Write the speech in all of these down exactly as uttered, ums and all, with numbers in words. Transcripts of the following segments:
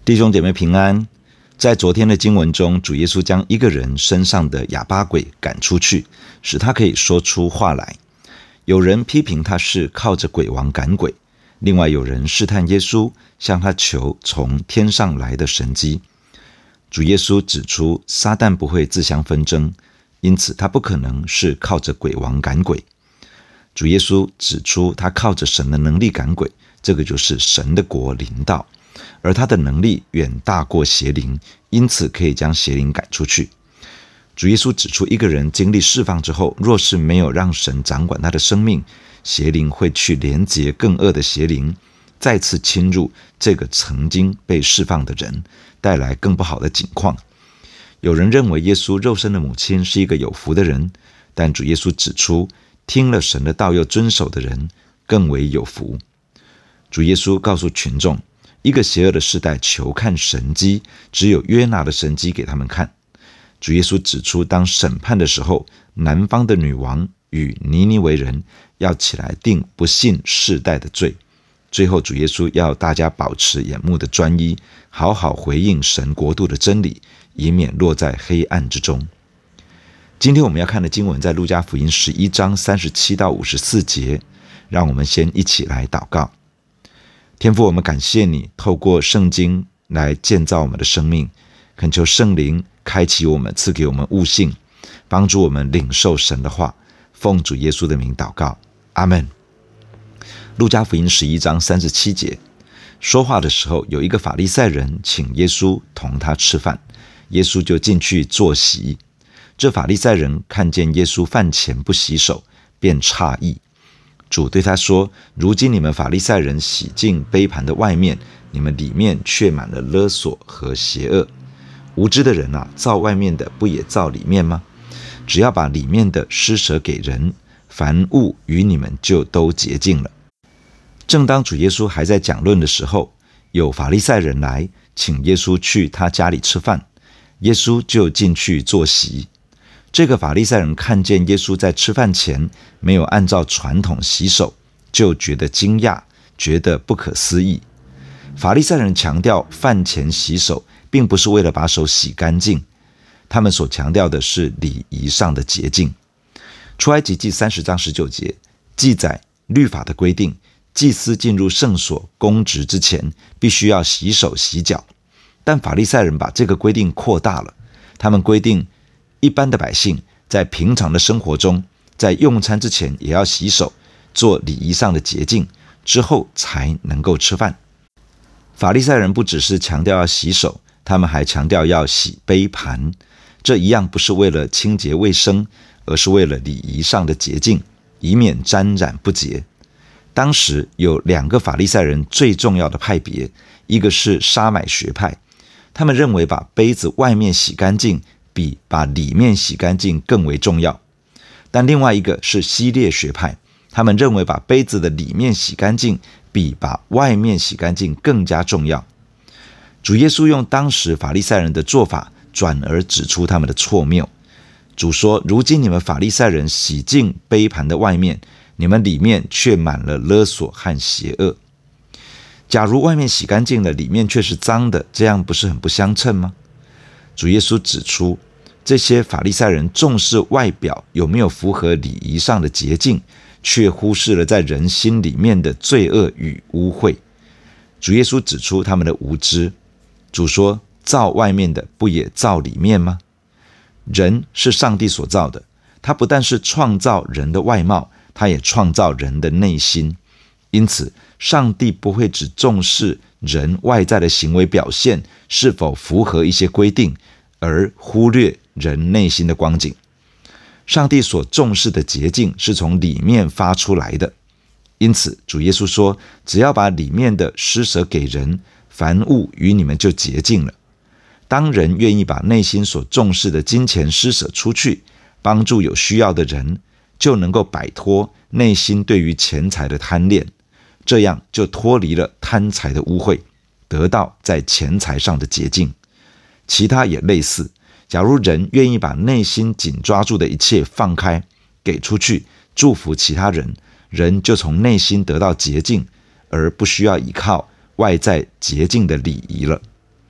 弟兄姐妹平安。在昨天的经文中，主耶稣将一个人身上的哑巴鬼赶出去，使他可以说出话来。有人批评他是靠着鬼王赶鬼，另外有人试探耶稣，向他求从天上来的神迹。主耶稣指出，撒旦不会自相纷争，因此他不可能是靠着鬼王赶鬼。主耶稣指出，他靠着神的能力赶鬼，这个就是神的国临到，而他的能力远大过邪灵，因此可以将邪灵赶出去。主耶稣指出，一个人经历释放之后，若是没有让神掌管他的生命，邪灵会去连结更恶的邪灵，再次侵入这个曾经被释放的人，带来更不好的境况。有人认为耶稣肉身的母亲是一个有福的人，但主耶稣指出，听了神的道又遵守的人更为有福。主耶稣告诉群众，一个邪恶的世代求看神迹，只有约拿的神迹给他们看。主耶稣指出，当审判的时候，南方的女王与尼尼微人要起来定不信世代的罪。最后主耶稣要大家保持眼目的专一，好好回应神国度的真理，以免落在黑暗之中。今天我们要看的经文在路加福音十一章三十七到五十四节，让我们先一起来祷告。天父，我们感谢你透过圣经来建造我们的生命，恳求圣灵开启我们，赐给我们悟性，帮助我们领受神的话。奉主耶稣的名祷告，阿们。路加福音十一章三十七节，说话的时候，有一个法利赛人请耶稣同他吃饭，耶稣就进去坐席。这法利赛人看见耶稣饭前不洗手，便诧异。主对他说，如今你们法利赛人洗净杯盘的外面，你们里面却满了勒索和邪恶。无知的人啊，造外面的不也造里面吗？只要把里面的施舍给人，凡物与你们就都洁净了。正当主耶稣还在讲论的时候，有法利赛人来请耶稣去他家里吃饭，耶稣就进去坐席。这个法利赛人看见耶稣在吃饭前没有按照传统洗手，就觉得惊讶，觉得不可思议。法利赛人强调饭前洗手，并不是为了把手洗干净，他们所强调的是礼仪上的洁净。出埃及记三十章十九节记载律法的规定，祭司进入圣所供职之前，必须要洗手洗脚。但法利赛人把这个规定扩大了，他们规定一般的百姓在平常的生活中，在用餐之前也要洗手，做礼仪上的洁净，之后才能够吃饭。法利赛人不只是强调要洗手，他们还强调要洗杯盘。这一样不是为了清洁卫生，而是为了礼仪上的洁净，以免沾染不洁。当时有两个法利赛人最重要的派别，一个是沙买学派，他们认为把杯子外面洗干净比把里面洗干净更为重要。但另外一个是希列学派，他们认为把杯子的里面洗干净比把外面洗干净更加重要。主耶稣用当时法利赛人的做法，转而指出他们的错谬。主说，如今你们法利赛人洗净杯盘的外面，你们里面却满了勒索和邪恶。假如外面洗干净了，里面却是脏的，这样不是很不相称吗？主耶稣指出，这些法利赛人重视外表有没有符合礼仪上的洁净，却忽视了在人心里面的罪恶与污秽。主耶稣指出他们的无知。主说，造外面的不也造里面吗？人是上帝所造的，他不但是创造人的外貌，他也创造人的内心。因此上帝不会只重视人外在的行为表现是否符合一些规定，而忽略人内心的光景。上帝所重视的洁净是从里面发出来的。因此主耶稣说，只要把里面的施舍给人，凡物与你们就洁净了。当人愿意把内心所重视的金钱施舍出去，帮助有需要的人，就能够摆脱内心对于钱财的贪恋，这样就脱离了贪财的污秽，得到在钱财上的洁净。其他也类似，假如人愿意把内心紧抓住的一切放开，给出去，祝福其他人，人就从内心得到洁净，而不需要依靠外在洁净的礼仪了。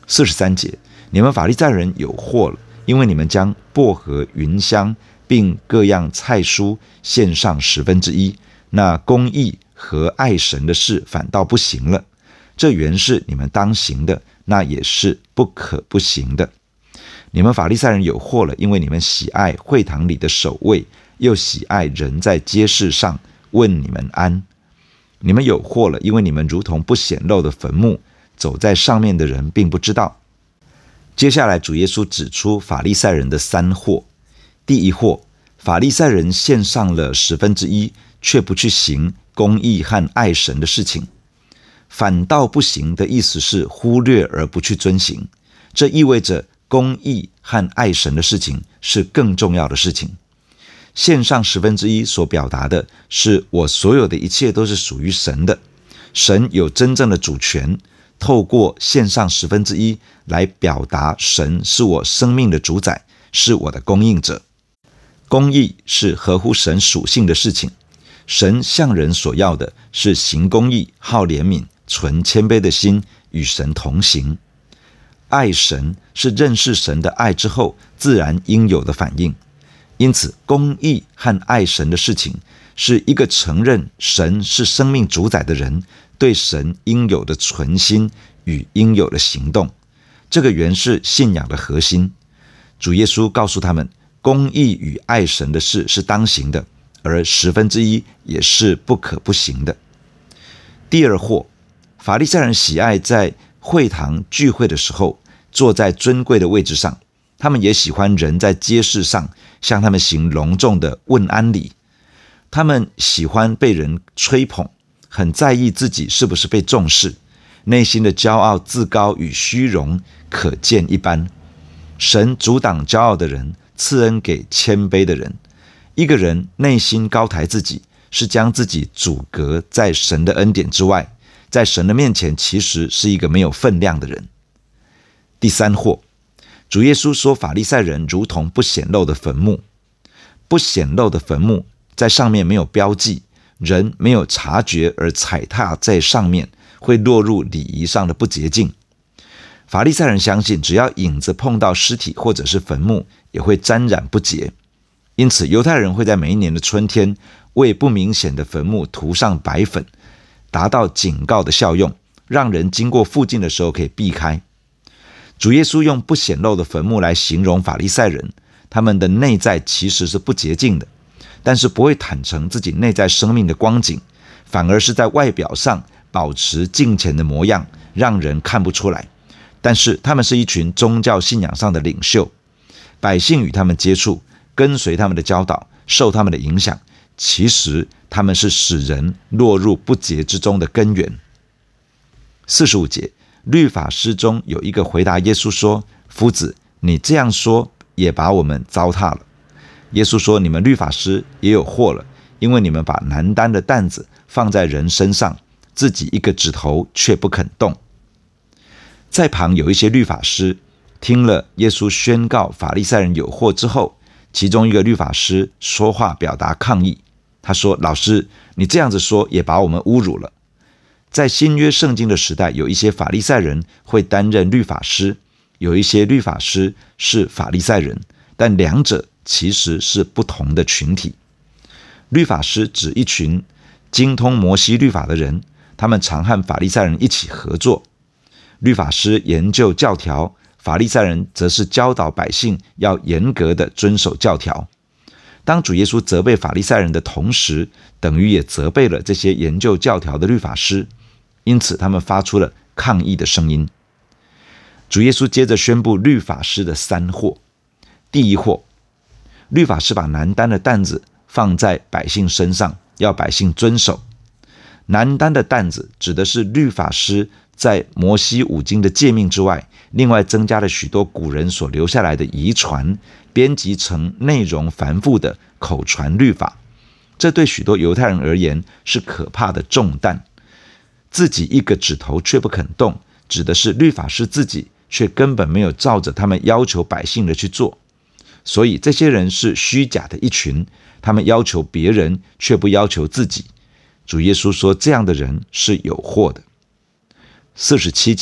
四十三节，你们法利赛人有祸了，因为你们将薄荷、芸香并各样菜蔬献上十分之一，那公义和爱神的事反倒不行了。这原是你们当行的，那也是不可不行的。你们法利赛人有祸了，因为你们喜爱会堂里的守卫，又喜爱人在街市上问你们安。你们有祸了，因为你们如同不显露的坟墓，走在上面的人并不知道。接下来主耶稣指出法利赛人的三祸。第一祸，法利赛人献上了十分之一，却不去行公义和爱神的事情。反倒不行的意思是忽略而不去遵行，这意味着公义和爱神的事情是更重要的事情。献上十分之一所表达的是我所有的一切都是属于神的，神有真正的主权，透过献上十分之一来表达神是我生命的主宰，是我的供应者。公义是合乎神属性的事情，神向人所要的是行公义、好怜悯、存谦卑的心，与神同行。爱神是认识神的爱之后自然应有的反应，因此公义和爱神的事情是一个承认神是生命主宰的人对神应有的存心与应有的行动。这个原是信仰的核心。主耶稣告诉他们，公义与爱神的事是当行的，而十分之一也是不可不行的。第二祸，法利赛人喜爱在会堂聚会的时候坐在尊贵的位置上，他们也喜欢人在街市上向他们行隆重的问安礼，他们喜欢被人吹捧，很在意自己是不是被重视，内心的骄傲、自高与虚荣可见一斑。神阻挡骄傲的人，赐恩给谦卑的人。一个人内心高抬自己，是将自己阻隔在神的恩典之外，在神的面前其实是一个没有分量的人。第三祸，主耶稣说法利赛人如同不显露的坟墓。不显露的坟墓在上面没有标记，人没有察觉而踩踏在上面，会落入礼仪上的不洁净。法利赛人相信，只要影子碰到尸体或者是坟墓，也会沾染不洁。因此犹太人会在每一年的春天为不明显的坟墓涂上白粉，达到警告的效用，让人经过附近的时候可以避开。主耶稣用不显露的坟墓来形容法利赛人，他们的内在其实是不洁净的，但是不会坦诚自己内在生命的光景，反而是在外表上保持敬虔的模样，让人看不出来。但是他们是一群宗教信仰上的领袖，百姓与他们接触，跟随他们的教导，受他们的影响，其实他们是使人落入不洁之中的根源。四十五节，律法师中有一个回答耶稣说，夫子，你这样说也把我们糟蹋了。耶稣说，你们律法师也有祸了，因为你们把难担的担子放在人身上，自己一个指头却不肯动。在旁有一些律法师听了耶稣宣告法利赛人有祸之后，其中一个律法师说话表达抗议，他说，老师，你这样子说也把我们侮辱了。在新约圣经的时代，有一些法利赛人会担任律法师，有一些律法师是法利赛人，但两者其实是不同的群体。律法师指一群精通摩西律法的人，他们常和法利赛人一起合作。律法师研究教条，法利赛人则是教导百姓要严格的遵守教条。当主耶稣责备法利赛人的同时，等于也责备了这些研究教条的律法师，因此他们发出了抗议的声音。主耶稣接着宣布律法师的三祸。第一祸，律法师把难担的担子放在百姓身上，要百姓遵守。难担的担子指的是律法师在摩西五经的诫命之外，另外增加了许多古人所留下来的遗传，编辑成内容繁复的口传律法。这对许多犹太人而言是可怕的重担。自己一个指头却不肯动，指的是律法师自己却根本没有照着他们要求百姓的去做。所以这些人是虚假的一群，他们要求别人却不要求自己。主耶稣说，这样的人是有祸的。四十七节，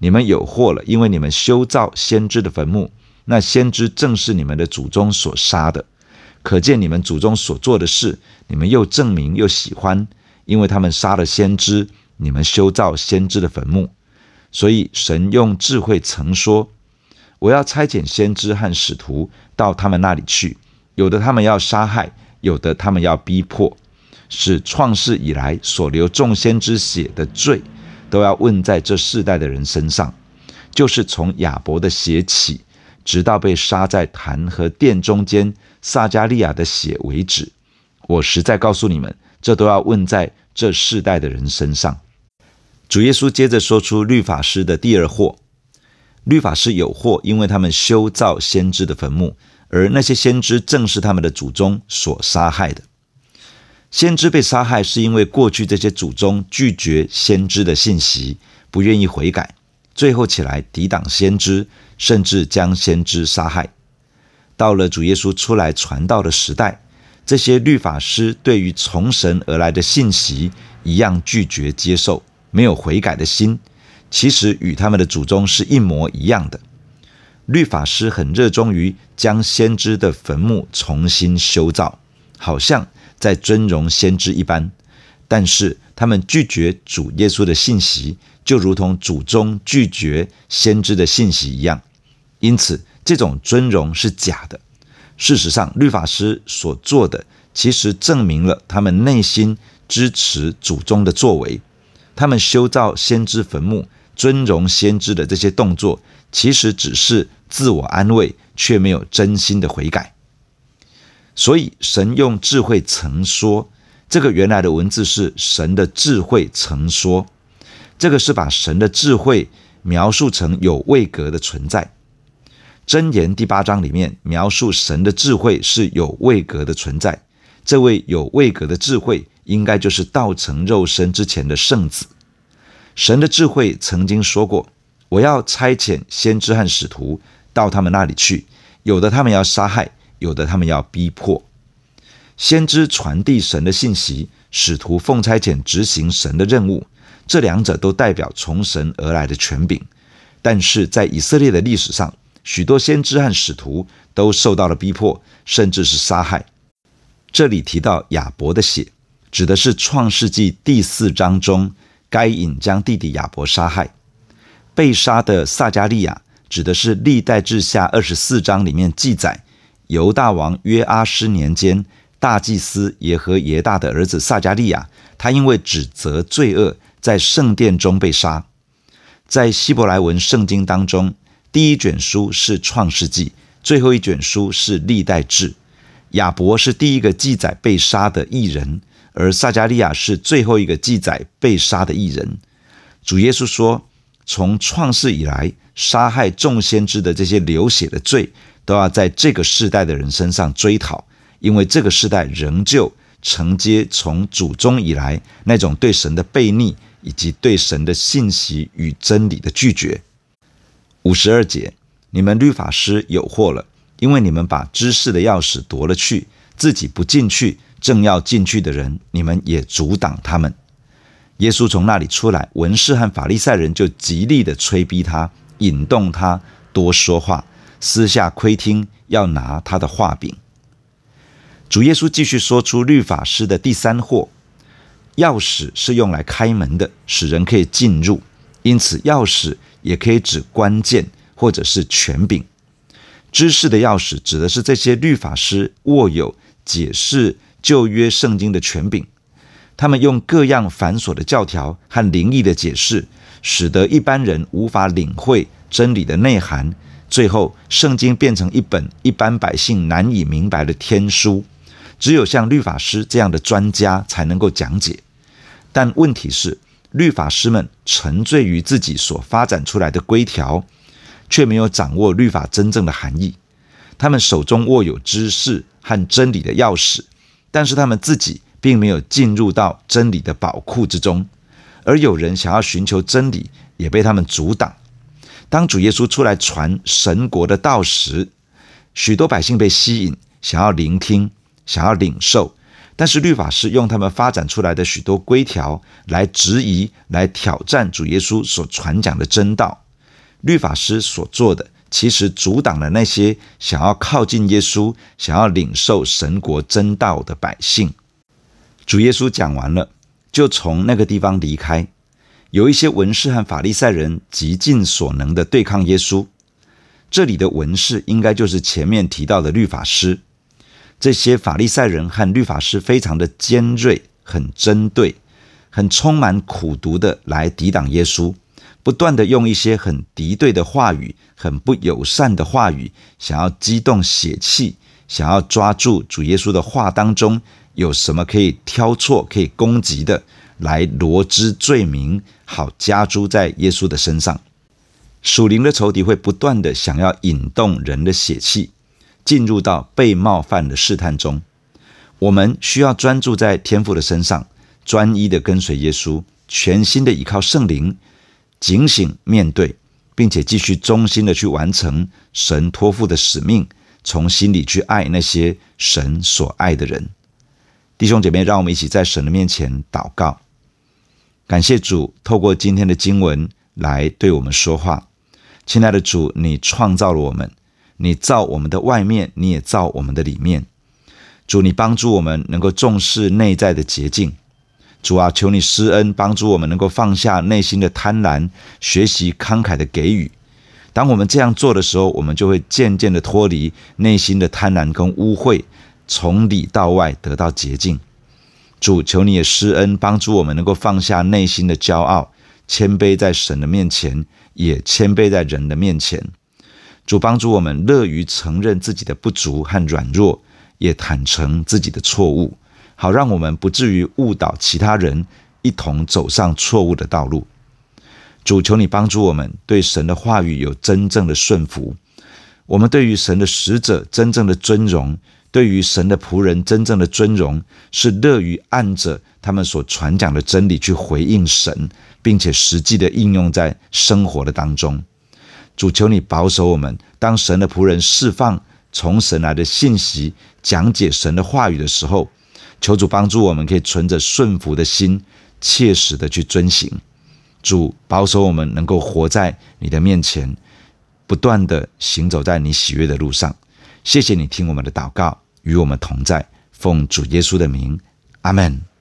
你们有祸了，因为你们修造先知的坟墓，那先知正是你们的祖宗所杀的。可见你们祖宗所做的事，你们又证明又喜欢，因为他们杀了先知，你们修造先知的坟墓。所以神用智慧曾说，我要差遣先知和使徒到他们那里去，有的他们要杀害，有的他们要逼迫，使创世以来所流众先知血的罪都要问在这世代的人身上，就是从亚伯的血起，直到被杀在坛和殿中间撒迦利亚的血为止。我实在告诉你们，这都要问在这世代的人身上。主耶稣接着说出律法师的第二祸。律法师有祸，因为他们修造先知的坟墓，而那些先知正是他们的祖宗所杀害的。先知被杀害是因为过去这些祖宗拒绝先知的信息，不愿意悔改，最后起来抵挡先知，甚至将先知杀害。到了主耶稣出来传道的时代，这些律法师对于从神而来的信息一样拒绝接受，没有悔改的心，其实与他们的祖宗是一模一样的。律法师很热衷于将先知的坟墓重新修造，好像在尊荣先知一般，但是他们拒绝主耶稣的信息，就如同祖宗拒绝先知的信息一样。因此这种尊荣是假的。事实上，律法师所做的其实证明了他们内心支持祖宗的作为。他们修造先知坟墓，尊荣先知的这些动作，其实只是自我安慰，却没有真心的悔改。所以神用智慧曾说，这个原来的文字是神的智慧曾说，这个是把神的智慧描述成有位格的存在。箴言第八章里面描述神的智慧是有位格的存在，这位有位格的智慧应该就是道成肉身之前的圣子。神的智慧曾经说过，我要差遣先知和使徒到他们那里去，有的他们要杀害，有的他们要逼迫。先知传递神的信息，使徒奉差遣执行神的任务，这两者都代表从神而来的权柄。但是在以色列的历史上，许多先知和使徒都受到了逼迫，甚至是杀害。这里提到亚伯的血，指的是创世纪第四章中该隐将弟弟亚伯杀害。被杀的撒迦利亚指的是历代志下二十四章里面记载，犹大王约阿施年间，大祭司耶和耶大的儿子撒迦利亚，他因为指责罪恶，在圣殿中被杀。在希伯来文圣经当中，第一卷书是创世纪，最后一卷书是历代志。亚伯是第一个记载被杀的义人，而撒迦利亚是最后一个记载被杀的义人。主耶稣说，从创世以来，杀害众先知的这些流血的罪，都要在这个世代的人身上追讨，因为这个世代仍旧承接从祖宗以来那种对神的悖逆，以及对神的信息与真理的拒绝。五十二节，你们律法师有祸了，因为你们把知识的钥匙夺了去，自己不进去，正要进去的人，你们也阻挡他们。耶稣从那里出来，文士和法利赛人就极力的催逼他，引动他多说话，私下窥听，要拿他的话柄。主耶稣继续说出律法师的第三祸。钥匙是用来开门的，使人可以进入，因此钥匙也可以指关键或者是权柄。知识的钥匙指的是这些律法师握有解释旧约圣经的权柄，他们用各样繁琐的教条和灵异的解释，使得一般人无法领会真理的内涵，最后圣经变成一本一般百姓难以明白的天书，只有像律法师这样的专家才能够讲解。但问题是，律法师们沉醉于自己所发展出来的规条，却没有掌握律法真正的含义。他们手中握有知识和真理的钥匙，但是他们自己并没有进入到真理的宝库之中，而有人想要寻求真理，也被他们阻挡。当主耶稣出来传神国的道时，许多百姓被吸引，想要聆听，想要领受，但是律法师用他们发展出来的许多规条来质疑，来挑战主耶稣所传讲的真道， 律法师所做的，其实阻挡了那些想要靠近耶稣、想要领受神国真道的百姓。主耶稣讲完了，就从那个地方离开。有一些文士和法利赛人极尽所能的对抗耶稣。这里的文士应该就是前面提到的律法师。这些法利赛人和律法师非常的尖锐，很针对，很充满苦毒的来抵挡耶稣，不断的用一些很敌对的话语，很不友善的话语，想要激动血气，想要抓住主耶稣的话当中有什么可以挑错、可以攻击的，来罗织罪名，好加诸在耶稣的身上。属灵的仇敌会不断的想要引动人的血气，进入到被冒犯的试探中。我们需要专注在天父的身上，专一的跟随耶稣，全心的依靠圣灵，警醒面对，并且继续忠心的去完成神托付的使命，从心里去爱那些神所爱的人。弟兄姐妹，让我们一起在神的面前祷告。感谢主透过今天的经文来对我们说话。亲爱的主，你创造了我们，你造我们的外面，你也造我们的里面。主，你帮助我们能够重视内在的洁净。主啊，求你施恩，帮助我们能够放下内心的贪婪，学习慷慨的给予。当我们这样做的时候，我们就会渐渐的脱离内心的贪婪跟污秽，从里到外得到洁净。主，求你也施恩，帮助我们能够放下内心的骄傲，谦卑在神的面前，也谦卑在人的面前。主，帮助我们乐于承认自己的不足和软弱，也坦诚自己的错误，好让我们不至于误导其他人，一同走上错误的道路。主，求你帮助我们对神的话语有真正的顺服，我们对于神的使者真正的尊荣，对于神的仆人真正的尊荣，是乐于按着他们所传讲的真理去回应神，并且实际的应用在生活的当中。主，求你保守我们，当神的仆人释放从神来的信息，讲解神的话语的时候，求主帮助我们可以存着顺服的心，切实的去遵行。主，保守我们能够活在你的面前，不断的行走在你喜悦的路上。谢谢你听我们的祷告，与我们同在，奉主耶稣的名，阿们。